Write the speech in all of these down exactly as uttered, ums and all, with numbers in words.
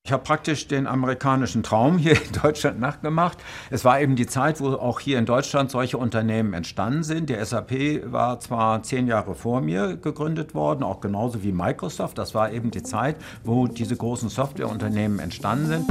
Ich habe praktisch den amerikanischen Traum hier in Deutschland nachgemacht. Es war eben die Zeit, wo auch hier in Deutschland solche Unternehmen entstanden sind. Die S A P war zwar zehn Jahre vor mir gegründet worden, auch genauso wie Microsoft. Das war eben die Zeit, wo diese großen Softwareunternehmen entstanden sind.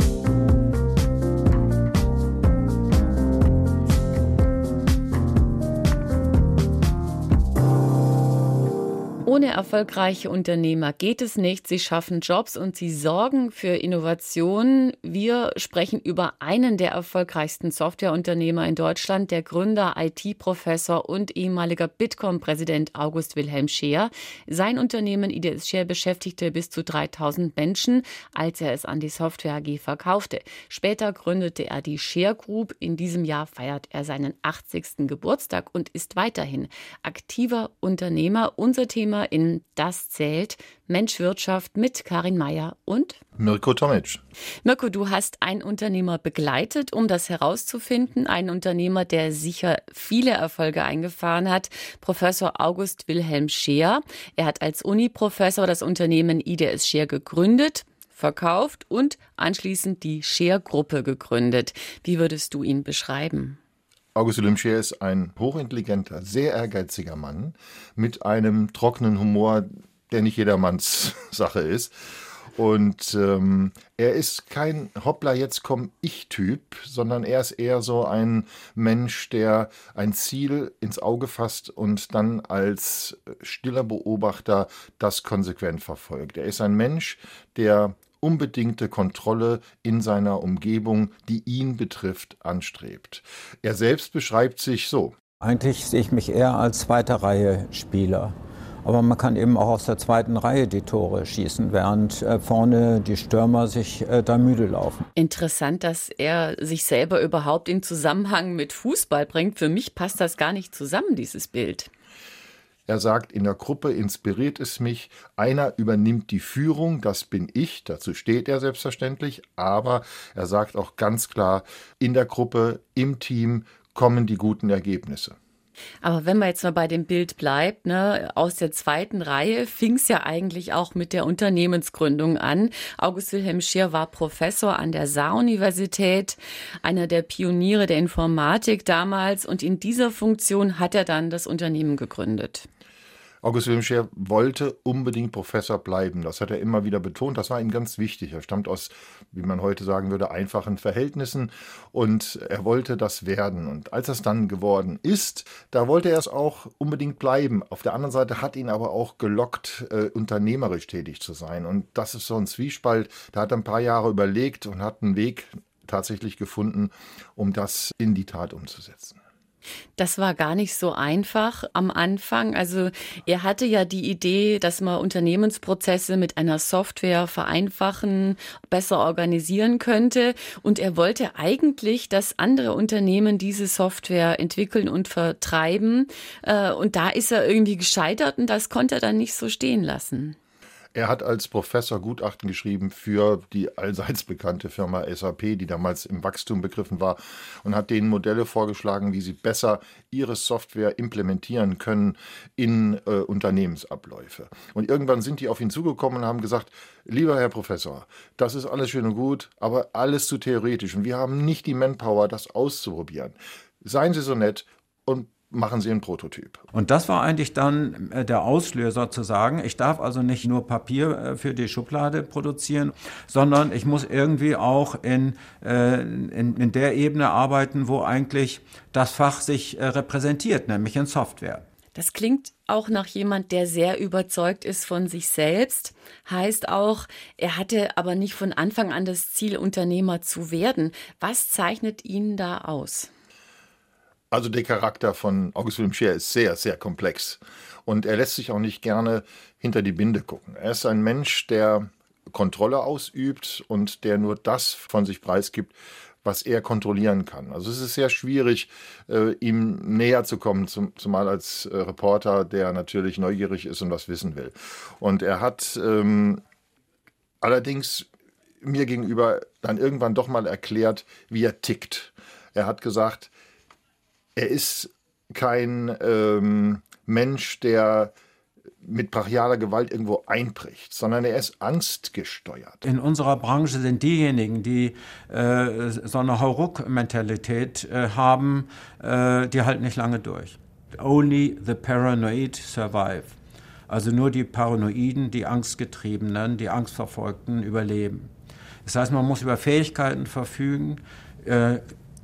Ohne erfolgreiche Unternehmer geht es nicht. Sie schaffen Jobs und sie sorgen für Innovationen. Wir sprechen über einen der erfolgreichsten Softwareunternehmer in Deutschland, der Gründer, I T-Professor und ehemaliger Bitkom-Präsident August Wilhelm Scheer. Sein Unternehmen I D S Scheer beschäftigte bis zu dreitausend Menschen, als er es an die Software A G verkaufte. Später gründete er die Scheer Group. In diesem Jahr feiert er seinen achtzigsten Geburtstag und ist weiterhin aktiver Unternehmer. Unser Thema in Das zählt, Mensch Wirtschaft mit Karin Meyer und Mirko Tomic. Mirko, du hast einen Unternehmer begleitet, um das herauszufinden. Einen Unternehmer, der sicher viele Erfolge eingefahren hat. Professor August Wilhelm Scheer. Er hat als Uni-Professor das Unternehmen I D S Scheer gegründet, verkauft und anschließend die Scheer-Gruppe gegründet. Wie würdest du ihn beschreiben? August Wilhelm Scheer ist ein hochintelligenter, sehr ehrgeiziger Mann mit einem trockenen Humor, der nicht jedermanns Sache ist. Und ähm, er ist kein Hoppla, jetzt komm ich-Typ, sondern er ist eher so ein Mensch, der ein Ziel ins Auge fasst und dann als stiller Beobachter das konsequent verfolgt. Er ist ein Mensch, der unbedingte Kontrolle in seiner Umgebung, die ihn betrifft, anstrebt. Er selbst beschreibt sich so: Eigentlich sehe ich mich eher als zweite Reihe Spieler. Aber man kann eben auch aus der zweiten Reihe die Tore schießen, während äh, vorne die Stürmer sich äh, da müde laufen. Interessant, dass er sich selber überhaupt in Zusammenhang mit Fußball bringt. Für mich passt das gar nicht zusammen, dieses Bild. Er sagt, in der Gruppe inspiriert es mich, einer übernimmt die Führung, das bin ich, dazu steht er selbstverständlich, aber er sagt auch ganz klar, in der Gruppe, im Team kommen die guten Ergebnisse. Aber wenn man jetzt mal bei dem Bild bleibt, ne, aus der zweiten Reihe fing es ja eigentlich auch mit der Unternehmensgründung an. August Wilhelm Scheer war Professor an der Saar-Universität, einer der Pioniere der Informatik damals, und in dieser Funktion hat er dann das Unternehmen gegründet. August Wilhelm Scheer wollte unbedingt Professor bleiben. Das hat er immer wieder betont. Das war ihm ganz wichtig. Er stammt aus, wie man heute sagen würde, einfachen Verhältnissen und er wollte das werden. Und als es dann geworden ist, da wollte er es auch unbedingt bleiben. Auf der anderen Seite hat ihn aber auch gelockt, äh, unternehmerisch tätig zu sein. Und das ist so ein Zwiespalt. Da hat er ein paar Jahre überlegt und hat einen Weg tatsächlich gefunden, um das in die Tat umzusetzen. Das war gar nicht so einfach am Anfang. Also er hatte ja die Idee, dass man Unternehmensprozesse mit einer Software vereinfachen, besser organisieren könnte. Und er wollte eigentlich, dass andere Unternehmen diese Software entwickeln und vertreiben. Und da ist er irgendwie gescheitert und das konnte er dann nicht so stehen lassen. Er hat als Professor Gutachten geschrieben für die allseits bekannte Firma S A P, die damals im Wachstum begriffen war, und hat denen Modelle vorgeschlagen, wie sie besser ihre Software implementieren können in äh, Unternehmensabläufe. Und irgendwann sind die auf ihn zugekommen und haben gesagt, lieber Herr Professor, das ist alles schön und gut, aber alles zu theoretisch und wir haben nicht die Manpower, das auszuprobieren. Seien Sie so nett und machen Sie einen Prototyp. Und das war eigentlich dann der Auslöser zu sagen, ich darf also nicht nur Papier für die Schublade produzieren, sondern ich muss irgendwie auch in, in, in der Ebene arbeiten, wo eigentlich das Fach sich repräsentiert, nämlich in Software. Das klingt auch nach jemand, der sehr überzeugt ist von sich selbst. Heißt auch, er hatte aber nicht von Anfang an das Ziel, Unternehmer zu werden. Was zeichnet ihn da aus? Also der Charakter von August Wilhelm Scheer ist sehr, sehr komplex und er lässt sich auch nicht gerne hinter die Binde gucken. Er ist ein Mensch, der Kontrolle ausübt und der nur das von sich preisgibt, was er kontrollieren kann. Also es ist sehr schwierig, äh, ihm näher zu kommen, zum, zumal als äh, Reporter, der natürlich neugierig ist und was wissen will. Und er hat ähm, allerdings mir gegenüber dann irgendwann doch mal erklärt, wie er tickt. Er hat gesagt, er ist kein ähm, Mensch, der mit brachialer Gewalt irgendwo einbricht, sondern er ist angstgesteuert. In unserer Branche sind diejenigen, die äh, so eine Hauruck-Mentalität äh, haben, äh, die halten nicht lange durch. Only the paranoid survive. Also nur die Paranoiden, die Angstgetriebenen, die Angstverfolgten überleben. Das heißt, man muss über Fähigkeiten verfügen, äh,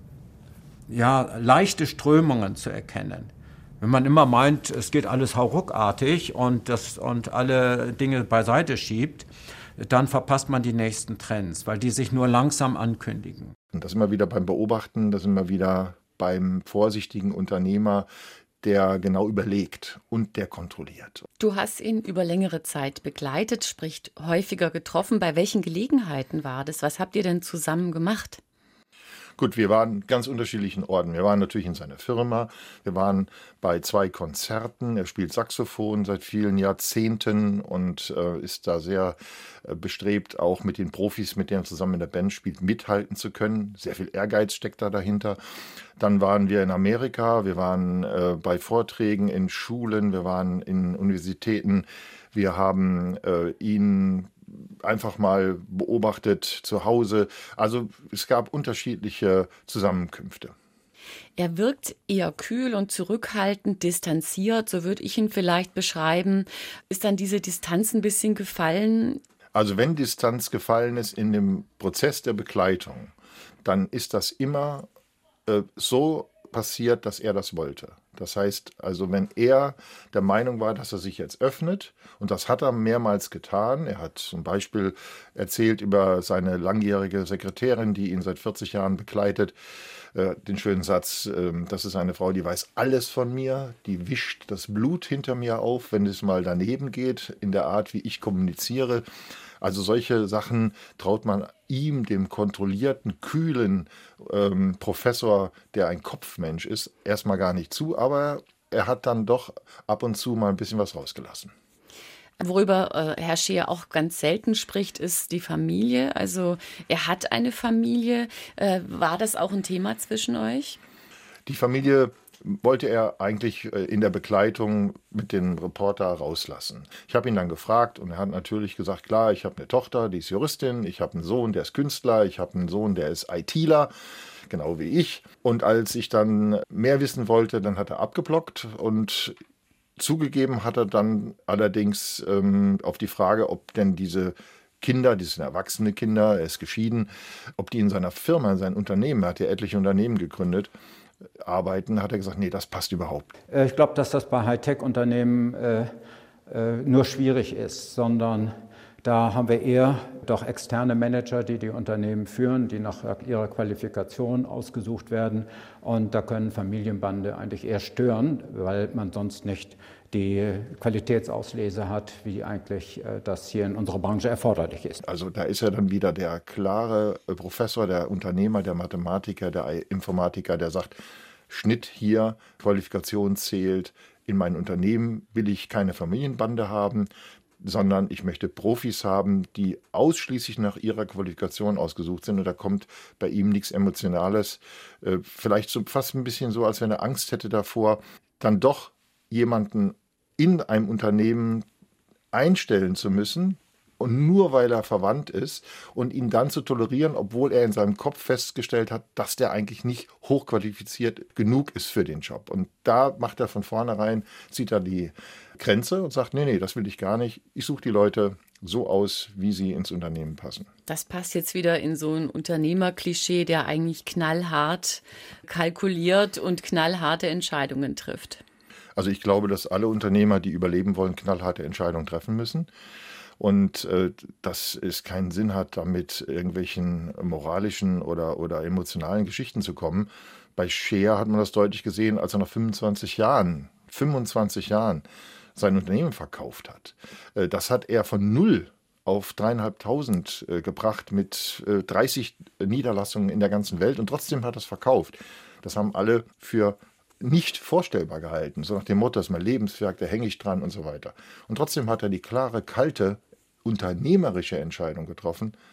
ja, leichte Strömungen zu erkennen. Wenn man immer meint, es geht alles hauruckartig und, das, und alle Dinge beiseite schiebt, dann verpasst man die nächsten Trends, weil die sich nur langsam ankündigen. Und das immer wieder beim Beobachten, das immer wieder beim vorsichtigen Unternehmer, der genau überlegt und der kontrolliert. Du hast ihn über längere Zeit begleitet, sprich häufiger getroffen. Bei welchen Gelegenheiten war das? Was habt ihr denn zusammen gemacht? Gut, wir waren an ganz unterschiedlichen Orten. Wir waren natürlich in seiner Firma, wir waren bei zwei Konzerten. Er spielt Saxophon seit vielen Jahrzehnten und äh, ist da sehr äh, bestrebt, auch mit den Profis, mit denen er zusammen in der Band spielt, mithalten zu können. Sehr viel Ehrgeiz steckt da dahinter. Dann waren wir in Amerika, wir waren äh, bei Vorträgen in Schulen, wir waren in Universitäten. Wir haben äh, ihn einfach mal beobachtet zu Hause. Also es gab unterschiedliche Zusammenkünfte. Er wirkt eher kühl und zurückhaltend, distanziert, so würde ich ihn vielleicht beschreiben. Ist dann diese Distanz ein bisschen gefallen? Also wenn Distanz gefallen ist in dem Prozess der Begleitung, dann ist das immer äh, so passiert, dass er das wollte. Das heißt, also wenn er der Meinung war, dass er sich jetzt öffnet, und das hat er mehrmals getan, er hat zum Beispiel erzählt über seine langjährige Sekretärin, die ihn seit vierzig Jahren begleitet, äh, den schönen Satz, äh, das ist eine Frau, die weiß alles von mir, die wischt das Blut hinter mir auf, wenn es mal daneben geht, in der Art, wie ich kommuniziere. Also solche Sachen traut man ihm, dem kontrollierten, kühlen ähm, Professor, der ein Kopfmensch ist, erstmal gar nicht zu, aber er hat dann doch ab und zu mal ein bisschen was rausgelassen. Worüber äh, Herr Scheer auch ganz selten spricht, ist die Familie. Also er hat eine Familie. Äh, war das auch ein Thema zwischen euch? Die Familie wollte er eigentlich in der Begleitung mit dem Reporter rauslassen. Ich habe ihn dann gefragt und er hat natürlich gesagt, klar, ich habe eine Tochter, die ist Juristin, ich habe einen Sohn, der ist Künstler, ich habe einen Sohn, der ist ITler, genau wie ich. Und als ich dann mehr wissen wollte, dann hat er abgeblockt und zugegeben hat er dann allerdings ähm, auf die Frage, ob denn diese Kinder, die sind erwachsene Kinder, er ist geschieden, ob die in seiner Firma, in seinem Unternehmen, er hat ja etliche Unternehmen gegründet, arbeiten, hat er gesagt, nee, das passt überhaupt. Ich glaube, dass das bei Hightech-Unternehmen äh, äh, nur schwierig ist, sondern da haben wir eher doch externe Manager, die die Unternehmen führen, die nach ihrer Qualifikation ausgesucht werden. Und da können Familienbande eigentlich eher stören, weil man sonst nicht die Qualitätsauslese hat, wie eigentlich äh, das hier in unserer Branche erforderlich ist. Also da ist er dann wieder der klare Professor, der Unternehmer, der Mathematiker, der Informatiker, der sagt, Schnitt hier, Qualifikation zählt, in mein Unternehmen will ich keine Familienbande haben, sondern ich möchte Profis haben, die ausschließlich nach ihrer Qualifikation ausgesucht sind. Und da kommt bei ihm nichts Emotionales, äh, vielleicht so fast ein bisschen so, als wenn er Angst hätte davor, dann doch jemanden in einem Unternehmen einstellen zu müssen und nur weil er verwandt ist und ihn dann zu tolerieren, obwohl er in seinem Kopf festgestellt hat, dass der eigentlich nicht hochqualifiziert genug ist für den Job. Und da macht er von vornherein, zieht er die Grenze und sagt, nee, nee, das will ich gar nicht. Ich suche die Leute so aus, wie sie ins Unternehmen passen. Das passt jetzt wieder in so ein Unternehmerklischee, der eigentlich knallhart kalkuliert und knallharte Entscheidungen trifft. Also ich glaube, dass alle Unternehmer, die überleben wollen, knallharte Entscheidungen treffen müssen. Und äh, dass es keinen Sinn hat, damit irgendwelchen moralischen oder, oder emotionalen Geschichten zu kommen. Bei Scheer hat man das deutlich gesehen, als er nach fünfundzwanzig Jahren, fünfundzwanzig Jahren sein Unternehmen verkauft hat. Äh, das hat er von null auf dreieinhalbtausend äh, gebracht mit äh, dreißig Niederlassungen in der ganzen Welt und trotzdem hat er es verkauft. Das haben alle für nicht vorstellbar gehalten, so nach dem Motto, das ist mein Lebenswerk, da hänge ich dran und so weiter. Und trotzdem hat er die klare, kalte, unternehmerische Entscheidung getroffen,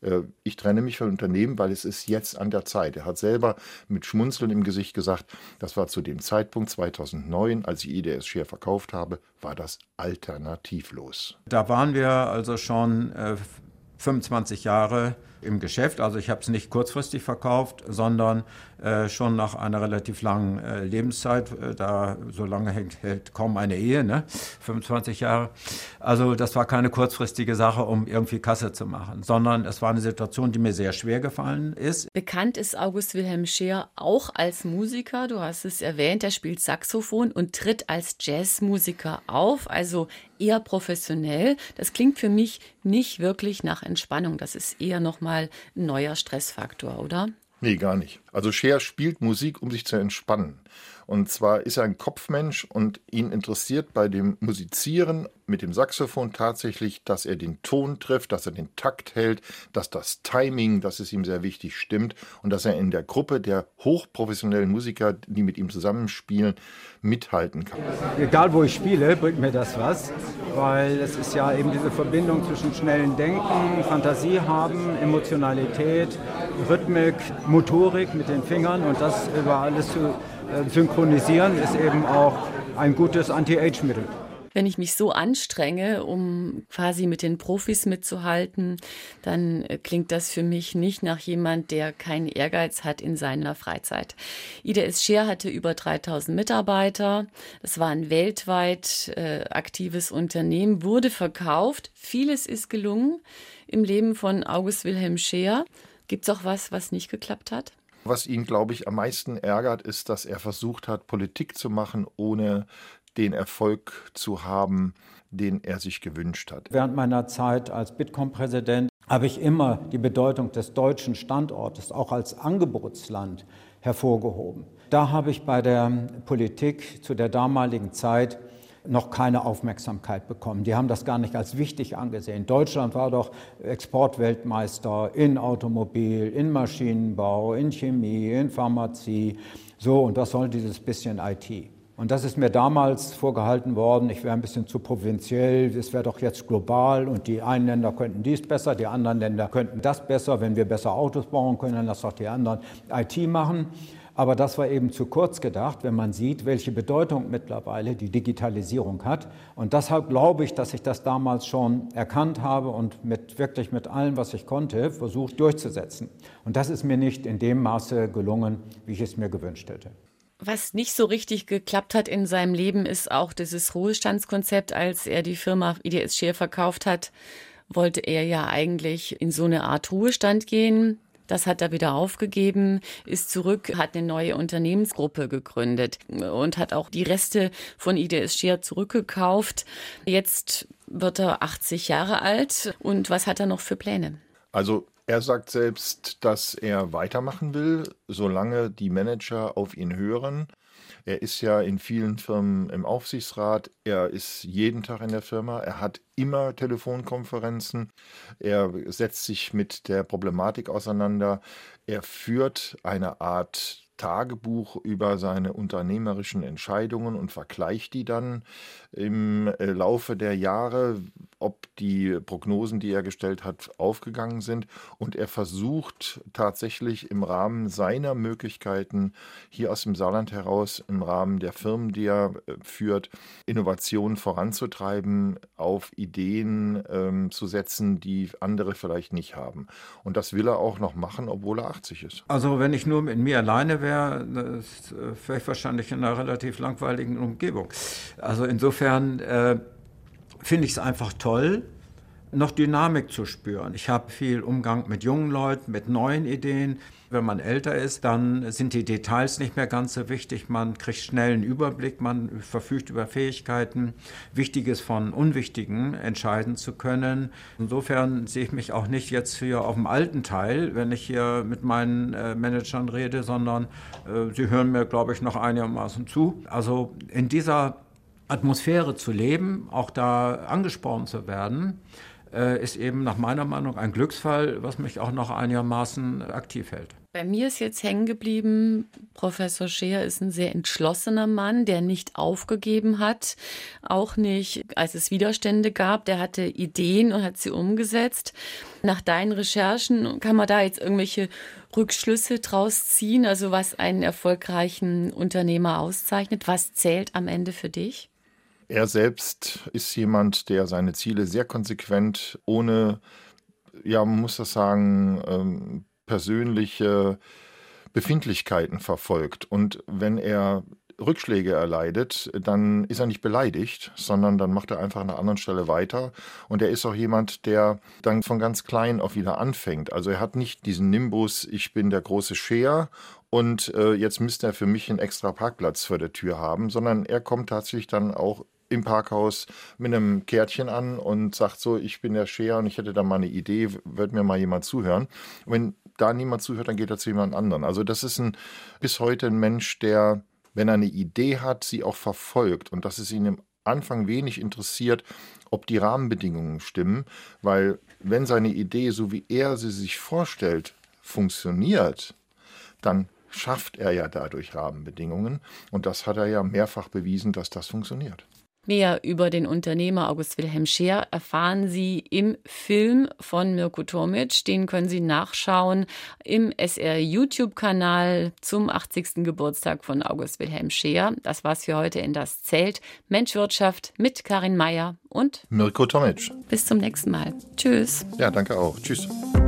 ich trenne mich von Unternehmen, weil es ist jetzt an der Zeit. Er hat selber mit Schmunzeln im Gesicht gesagt, das war zu dem Zeitpunkt zweitausendneun, als ich I D S Share verkauft habe, war das alternativlos. Da waren wir also schon äh, fünfundzwanzig Jahre im Geschäft. Also ich habe es nicht kurzfristig verkauft, sondern äh, schon nach einer relativ langen äh, Lebenszeit. Äh, da so lange hält, hält kaum eine Ehe, ne? fünfundzwanzig Jahre. Also das war keine kurzfristige Sache, um irgendwie Kasse zu machen, sondern es war eine Situation, die mir sehr schwer gefallen ist. Bekannt ist August Wilhelm Scheer auch als Musiker. Du hast es erwähnt, er spielt Saxophon und tritt als Jazzmusiker auf, also eher professionell. Das klingt für mich nicht wirklich nach Entspannung. Das ist eher nochmal ein neuer Stressfaktor, oder? Nee, gar nicht. Also Scheer spielt Musik, um sich zu entspannen. Und zwar ist er ein Kopfmensch und ihn interessiert bei dem Musizieren mit dem Saxophon tatsächlich, dass er den Ton trifft, dass er den Takt hält, dass das Timing, das ist ihm sehr wichtig, stimmt und dass er in der Gruppe der hochprofessionellen Musiker, die mit ihm zusammenspielen, mithalten kann. Egal wo ich spiele, bringt mir das was, weil es ist ja eben diese Verbindung zwischen schnellem Denken, Fantasie haben, Emotionalität, Rhythmik, Motorik mit den Fingern und das über alles zu äh, synchronisieren, ist eben auch ein gutes Anti-Age-Mittel. Wenn ich mich so anstrenge, um quasi mit den Profis mitzuhalten, dann klingt das für mich nicht nach jemand, der keinen Ehrgeiz hat in seiner Freizeit. I D S Scheer hatte über dreitausend Mitarbeiter. Das war ein weltweit äh, aktives Unternehmen, wurde verkauft. Vieles ist gelungen im Leben von August Wilhelm Scheer. Gibt es auch was, was nicht geklappt hat? Was ihn, glaube ich, am meisten ärgert, ist, dass er versucht hat, Politik zu machen, ohne den Erfolg zu haben, den er sich gewünscht hat. Während meiner Zeit als Bitkom-Präsident habe ich immer die Bedeutung des deutschen Standortes auch als Angebotsland hervorgehoben. Da habe ich bei der Politik zu der damaligen Zeit noch keine Aufmerksamkeit bekommen. Die haben das gar nicht als wichtig angesehen. Deutschland war doch Exportweltmeister in Automobil, in Maschinenbau, in Chemie, in Pharmazie. So, und was soll dieses bisschen I T? Und das ist mir damals vorgehalten worden, ich wäre ein bisschen zu provinziell, es wäre doch jetzt global und die einen Länder könnten dies besser, die anderen Länder könnten das besser. Wenn wir besser Autos bauen können, dann lass doch die anderen I T machen. Aber das war eben zu kurz gedacht, wenn man sieht, welche Bedeutung mittlerweile die Digitalisierung hat. Und deshalb glaube ich, dass ich das damals schon erkannt habe und mit, wirklich mit allem, was ich konnte, versucht durchzusetzen. Und das ist mir nicht in dem Maße gelungen, wie ich es mir gewünscht hätte. Was nicht so richtig geklappt hat in seinem Leben, ist auch dieses Ruhestandskonzept. Als er die Firma I D S Scheer verkauft hat, wollte er ja eigentlich in so eine Art Ruhestand gehen. Das hat er wieder aufgegeben, ist zurück, hat eine neue Unternehmensgruppe gegründet und hat auch die Reste von I D S Scheer zurückgekauft. Jetzt wird er achtzig Jahre alt. Und was hat er noch für Pläne? Also er sagt selbst, dass er weitermachen will, solange die Manager auf ihn hören. Er ist ja in vielen Firmen im Aufsichtsrat, er ist jeden Tag in der Firma, er hat immer Telefonkonferenzen, er setzt sich mit der Problematik auseinander, er führt eine Art Tagebuch über seine unternehmerischen Entscheidungen und vergleicht die dann im Laufe der Jahre, ob die Prognosen, die er gestellt hat, aufgegangen sind. Und er versucht tatsächlich im Rahmen seiner Möglichkeiten hier aus dem Saarland heraus, im Rahmen der Firmen, die er führt, Innovationen voranzutreiben, auf Ideen ähm, zu setzen, die andere vielleicht nicht haben. Und das will er auch noch machen, obwohl er achtzig ist. Also wenn ich nur mit mir alleine wäre, wäre ich wahrscheinlich in einer relativ langweiligen Umgebung. Also insofern äh, finde ich es einfach toll, noch Dynamik zu spüren. Ich habe viel Umgang mit jungen Leuten, mit neuen Ideen. Wenn man älter ist, dann sind die Details nicht mehr ganz so wichtig. Man kriegt schnell einen Überblick, man verfügt über Fähigkeiten, Wichtiges von Unwichtigen entscheiden zu können. Insofern sehe ich mich auch nicht jetzt hier auf dem alten Teil, wenn ich hier mit meinen äh, Managern rede, sondern äh, sie hören mir, glaube ich, noch einigermaßen zu. Also in dieser Atmosphäre zu leben, auch da angesprochen zu werden, äh, ist eben nach meiner Meinung ein Glücksfall, was mich auch noch einigermaßen aktiv hält. Bei mir ist jetzt hängen geblieben, Professor Scheer ist ein sehr entschlossener Mann, der nicht aufgegeben hat, auch nicht, als es Widerstände gab. Der hatte Ideen und hat sie umgesetzt. Nach deinen Recherchen kann man da jetzt irgendwelche Rückschlüsse draus ziehen, also was einen erfolgreichen Unternehmer auszeichnet? Was zählt am Ende für dich? Er selbst ist jemand, der seine Ziele sehr konsequent, ohne, ja, man muss das sagen, ähm, persönliche Befindlichkeiten verfolgt. Und wenn er Rückschläge erleidet, dann ist er nicht beleidigt, sondern dann macht er einfach an einer anderen Stelle weiter. Und er ist auch jemand, der dann von ganz klein auf wieder anfängt. Also er hat nicht diesen Nimbus, ich bin der große Scheer und äh, jetzt müsste er für mich einen extra Parkplatz vor der Tür haben, sondern er kommt tatsächlich dann auch im Parkhaus mit einem Kärtchen an und sagt so, ich bin der Scheer und ich hätte da mal eine Idee, wird mir mal jemand zuhören. Und wenn da niemand zuhört, dann geht er zu jemand anderen. Also das ist ein, bis heute ein Mensch, der, wenn er eine Idee hat, sie auch verfolgt und dass es ihn am Anfang wenig interessiert, ob die Rahmenbedingungen stimmen, weil wenn seine Idee, so wie er sie sich vorstellt, funktioniert, dann schafft er ja dadurch Rahmenbedingungen und das hat er ja mehrfach bewiesen, dass das funktioniert. Mehr über den Unternehmer August Wilhelm Scheer erfahren Sie im Film von Mirko Tomic. Den können Sie nachschauen im S R YouTube-Kanal zum achtzigsten Geburtstag von August Wilhelm Scheer. Das war's für heute in Das Zelt. Mensch-Wirtschaft mit Karin Meyer und Mirko Tomic. Bis zum nächsten Mal. Tschüss. Ja, danke auch. Tschüss.